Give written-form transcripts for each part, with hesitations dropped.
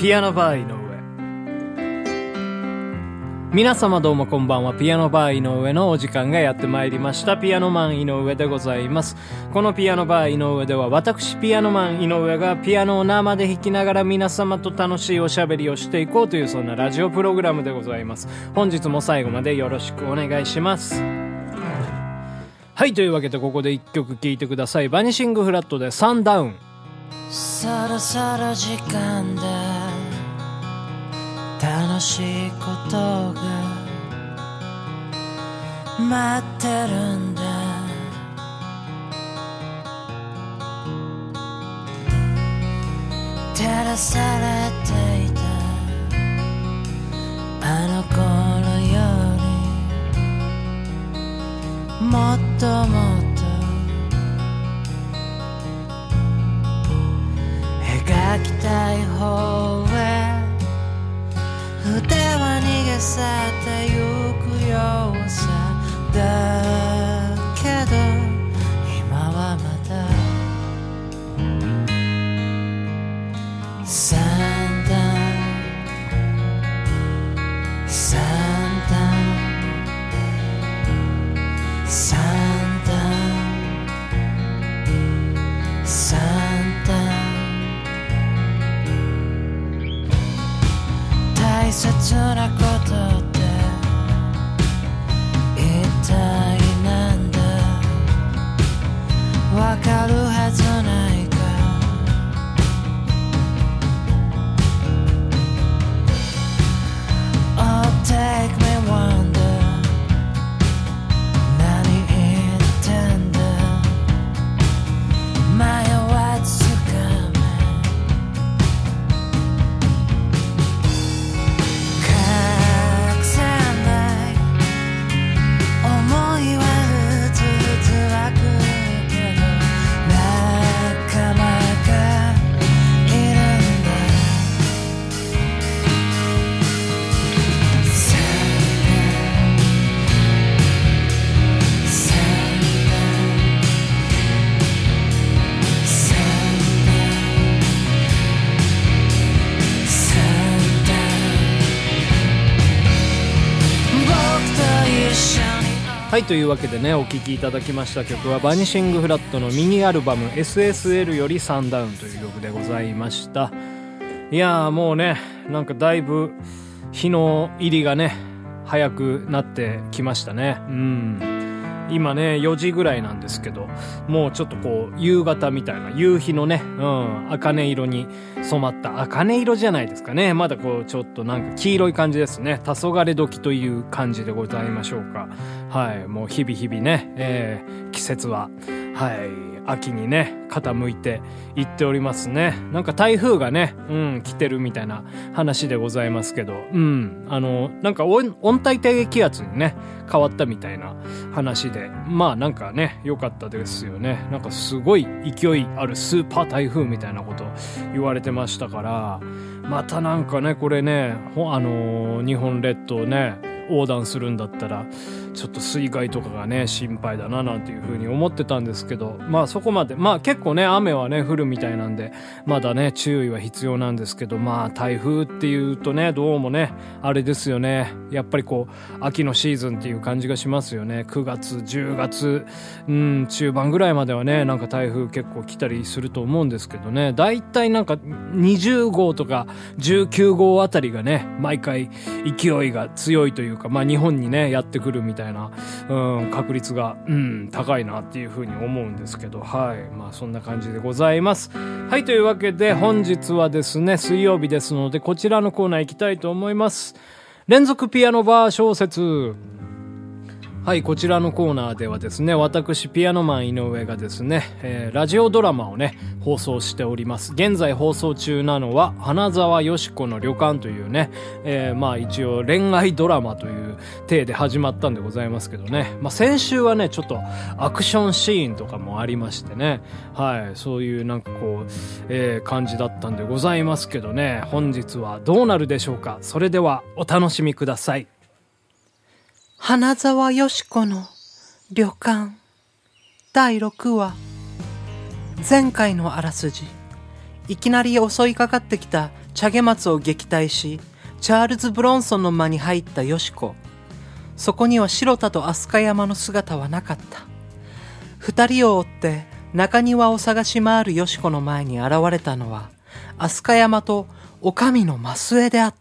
ピアノバー井上。皆様どうもこんばんは。ピアノバー井上のお時間がやってまいりました。ピアノマン井上でございます。このピアノバー井上では、私ピアノマン井上がピアノを生で弾きながら皆様と楽しいおしゃべりをしていこうという、そんなラジオプログラムでございます。本日も最後までよろしくお願いします。はい、というわけでここで一曲聴いてください。バニシングフラットでサンダウン。 そろそろ時間だ、楽しいことが待ってるんだ。照らされていたあの頃よりもっともっと描きたい方へ筆は逃げ去ってゆくようさ。だけど今はまだサンダウンサンダウンサンダウンサンダウン。大切なことって一体なんだ。わかるはずないか。Oh, take me wonder 何言ってんだ。迷わずつかめ隠せない思いはふつふつ湧くけど仲間がいるんだ。サンダサンダサンダサンダ僕と一緒に。 はい、というわけでね、お聴きいただきました曲はバニシングフラットのミニアルバム SSL よりサンダウンという曲でございました。いやーもうね、なんかだいぶ日の入りがね早くなってきましたね。今ね4時ぐらいなんですけど、もうちょっとこう夕方みたいな、夕日のね、茜色に染まった、茜色じゃないですかね、まだこうちょっとなんか黄色い感じですね。黄昏時という感じでございましょうか。はい、もう日々日々ね、季節は秋にね傾いていっておりますね。なんか台風がね来てるみたいな話でございますけど、なんか温帯低気圧にね変わったみたいな話で、まあなんかね良かったですよね。なんかすごい勢いあるスーパー台風みたいなこと言われてましたから、またなんかねこれね日本列島ね横断するんだったらちょっと水害とかがね心配だななんていう風に思ってたんですけど、まあそこまで結構ね雨はね降るみたいなんでまだね注意は必要なんですけど、台風っていうとねどうもねあれですよね、やっぱりこう秋のシーズンっていう感じがしますよね。9月10月中盤ぐらいまではねなんか台風結構来たりすると思うんですけどね、だいたいなんか20号とか19号あたりがね毎回勢いが強いというか、日本にねやってくるみたいな、確率が、高いなっていう風に思うんですけど、そんな感じでございます。はい、というわけで本日はですね水曜日ですので、こちらのコーナー行きたいと思います。連続ピアノバー小説。はい、こちらのコーナーではですね、私ピアノマン井上がですね、ラジオドラマをね放送しております。現在放送中なのは花沢よし子の旅館というね、一応恋愛ドラマという体で始まったんでございますけどね、先週はねちょっとアクションシーンとかもありましてね、そういうなんかこう、感じだったんでございますけどね、本日はどうなるでしょうか。それではお楽しみください。 花沢よし子の旅館第6話。前回のあらすじ。いきなり襲いかかってきた茶毛松を撃退し、チャールズ・ブロンソンの間に入ったよしこ。そこには白田と飛鳥山の姿はなかった。二人を追って中庭を探し回るよしこの前に現れたのは、飛鳥山とお上の増江であった。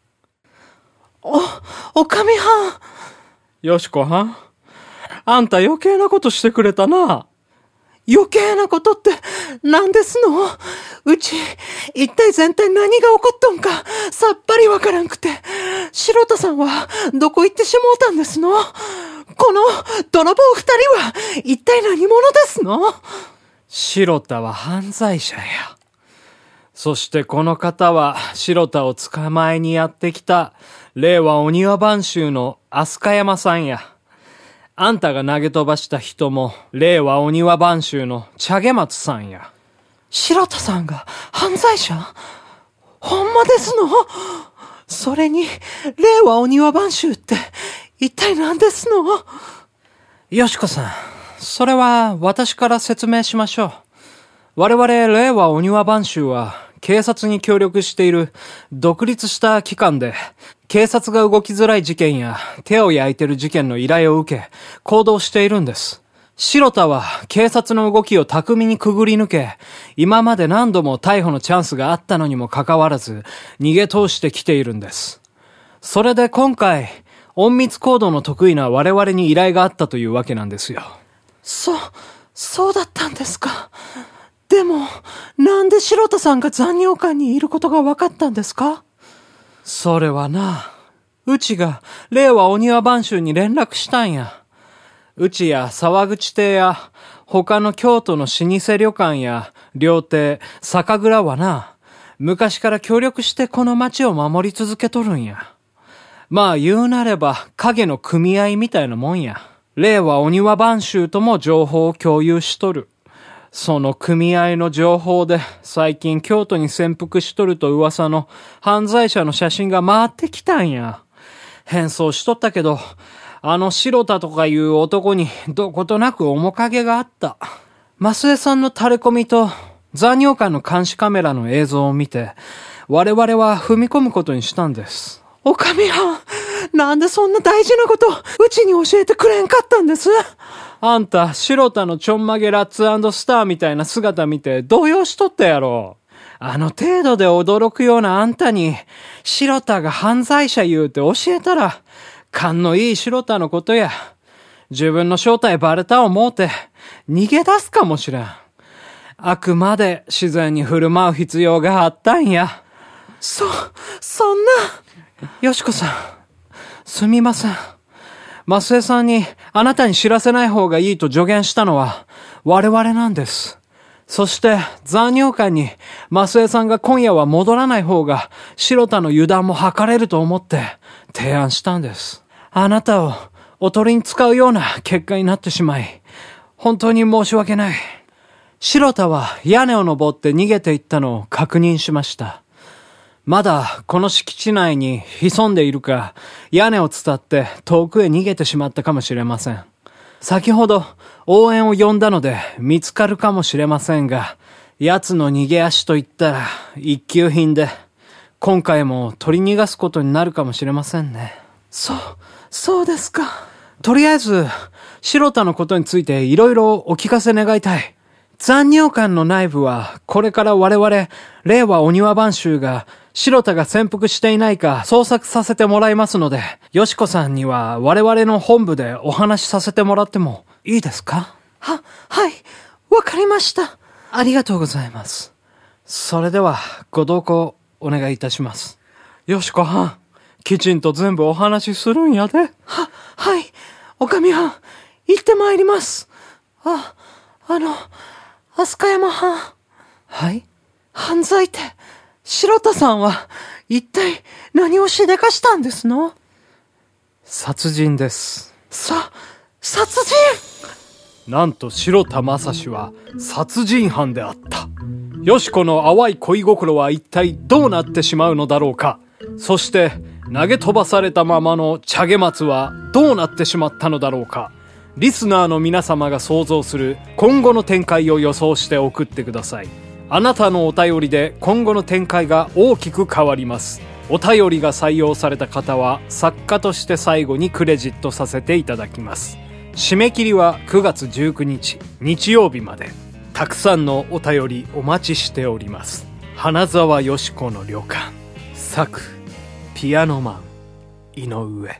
お上はん。 よしこはん、あんた余計なことしてくれたな。 余計なことって何ですの？うち、一体全体何が起こっとんか、さっぱりわからんくて。白田さんはどこ行ってしもうたんですの？この泥棒二人は一体何者ですの？ 白田は犯罪者や。そしてこの方は白田を捕まえにやってきた令和お庭番衆の飛鳥山さんや。あんたが投げ飛ばした人も令和お庭番衆の茶毛松さんや。 白田さんが犯罪者？ほんまですの？それに令和お庭番衆って一体何ですの？ よしこさん、それは私から説明しましょう。我々令和お庭番衆は警察に協力している独立した機関で、警察が動きづらい事件や手を焼いてる事件の依頼を受け行動しているんです。白田は警察の動きを巧みにくぐり抜け、今まで何度も逮捕のチャンスがあったのにもかかわらず逃げ通してきているんです。それで今回隠密行動の得意な我々に依頼があったというわけなんですよ。 そうだったんですか。でも、なんで白田さんが残尿館にいることが分かったんですか？ それはな、うちが令和お庭番衆に連絡したんや。うちや沢口亭や他の京都の老舗旅館や料亭、酒蔵はな、昔から協力してこの町を守り続けとるんや。まあ言うなれば影の組合みたいなもんや。令和お庭番衆とも情報を共有しとる。その組合の情報で最近京都に潜伏しとると噂の犯罪者の写真が回ってきたんや。変装しとったけど、あの白田とかいう男にどことなく面影があった。増江さんの垂れ込みと残尿館の監視カメラの映像を見て、我々は踏み込むことにしたんです。 おかみはん、なんでそんな大事なことうちに教えてくれんかったんです？ あんた、白田のちょんまげラッツ&スターみたいな姿見て動揺しとったやろ。あの程度で驚くようなあんたに、白田が犯罪者言うて教えたら、勘のいい白田のことや。自分の正体バレた思うて、逃げ出すかもしれん。あくまで自然に振る舞う必要があったんや。 そんな。 よしこさん、すみません。増江さんにあなたに知らせない方がいいと助言したのは我々なんです。そして残尿館に増江さんが今夜は戻らない方が白田の油断も図れると思って提案したんです。あなたをおとりに使うような結果になってしまい、本当に申し訳ない。白田は屋根を登って逃げていったのを確認しました。まだこの敷地内に潜んでいるか、屋根を伝って遠くへ逃げてしまったかもしれません。先ほど応援を呼んだので見つかるかもしれませんが、奴の逃げ足といったら一級品で、今回も取り逃がすことになるかもしれませんね。 そうですか。 とりあえず、白田のことについていろいろお聞かせ願いたい。残尿館の内部は、これから我々、令和お庭番衆が、白田が潜伏していないか捜索させてもらいますので、よしこさんには我々の本部でお話しさせてもらってもいいですか？ はい、わかりました。 ありがとうございます。それでは、ご同行お願いいたします。よしこはん、きちんと全部お話しするんやで。 はい、おかみはん、行ってまいります。飛鳥山はん。 はい？ 犯罪って、白田さんは一体何をしでかしたんですの？ 殺人です。 殺人？ なんと白田正史は殺人犯であった。よしこの淡い恋心は一体どうなってしまうのだろうか。そして投げ飛ばされたままの茶毛松はどうなってしまったのだろうか。リスナーの皆様が想像する今後の展開を予想して送ってください。 あなたのお便りで今後の展開が大きく変わります。お便りが採用された方は作家として最後にクレジットさせていただきます。締め切りは9月19日日曜日まで。たくさんのお便りお待ちしております。花沢よし子の旅館、作ピアノマン井上。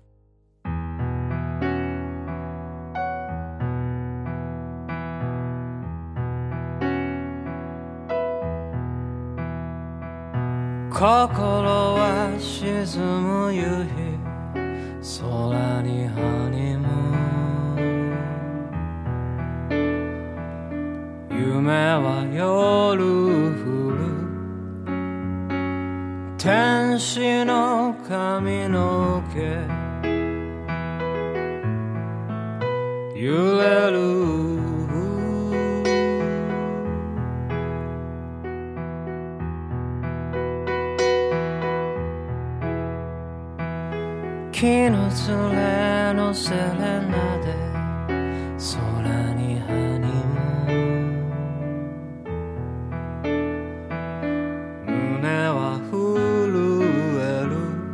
心は沈む夕日、空にハニムーン、夢は夜降る天使の髪の毛、揺れる木のずれのセレナで空にハニムーン、胸は震え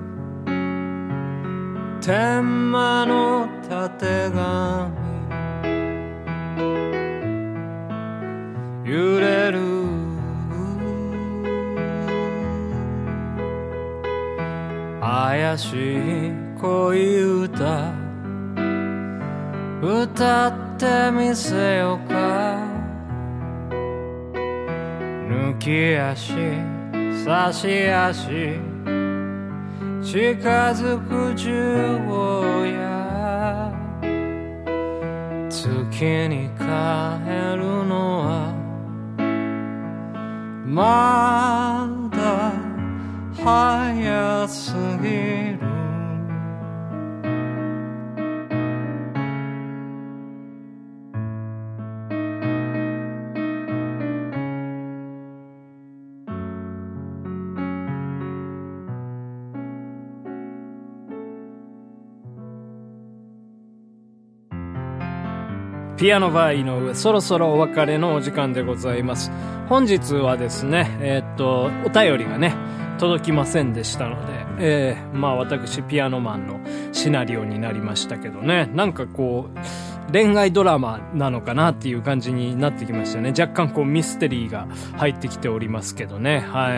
る天満のたてがみ、揺れる怪しい恋歌、歌ってみせよか。抜き足差し足近づく十五夜、月に帰るのはまだ早すぎる。 ピアノバー井上、そろそろお別れのお時間でございます。本日はですね、お便りがね届きませんでしたので、私ピアノマンのシナリオになりましたけどね、なんかこう恋愛ドラマなのかなっていう感じになってきましたね。若干こうミステリーが入ってきておりますけどね。はい。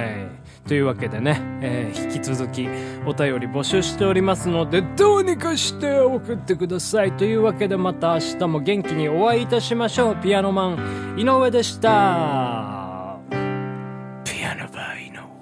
というわけでね、引き続きお便り募集しておりますので、どうにかして送ってください。というわけでまた明日も元気にお会いいたしましょう。ピアノマン井上でした。ピアノバー井上。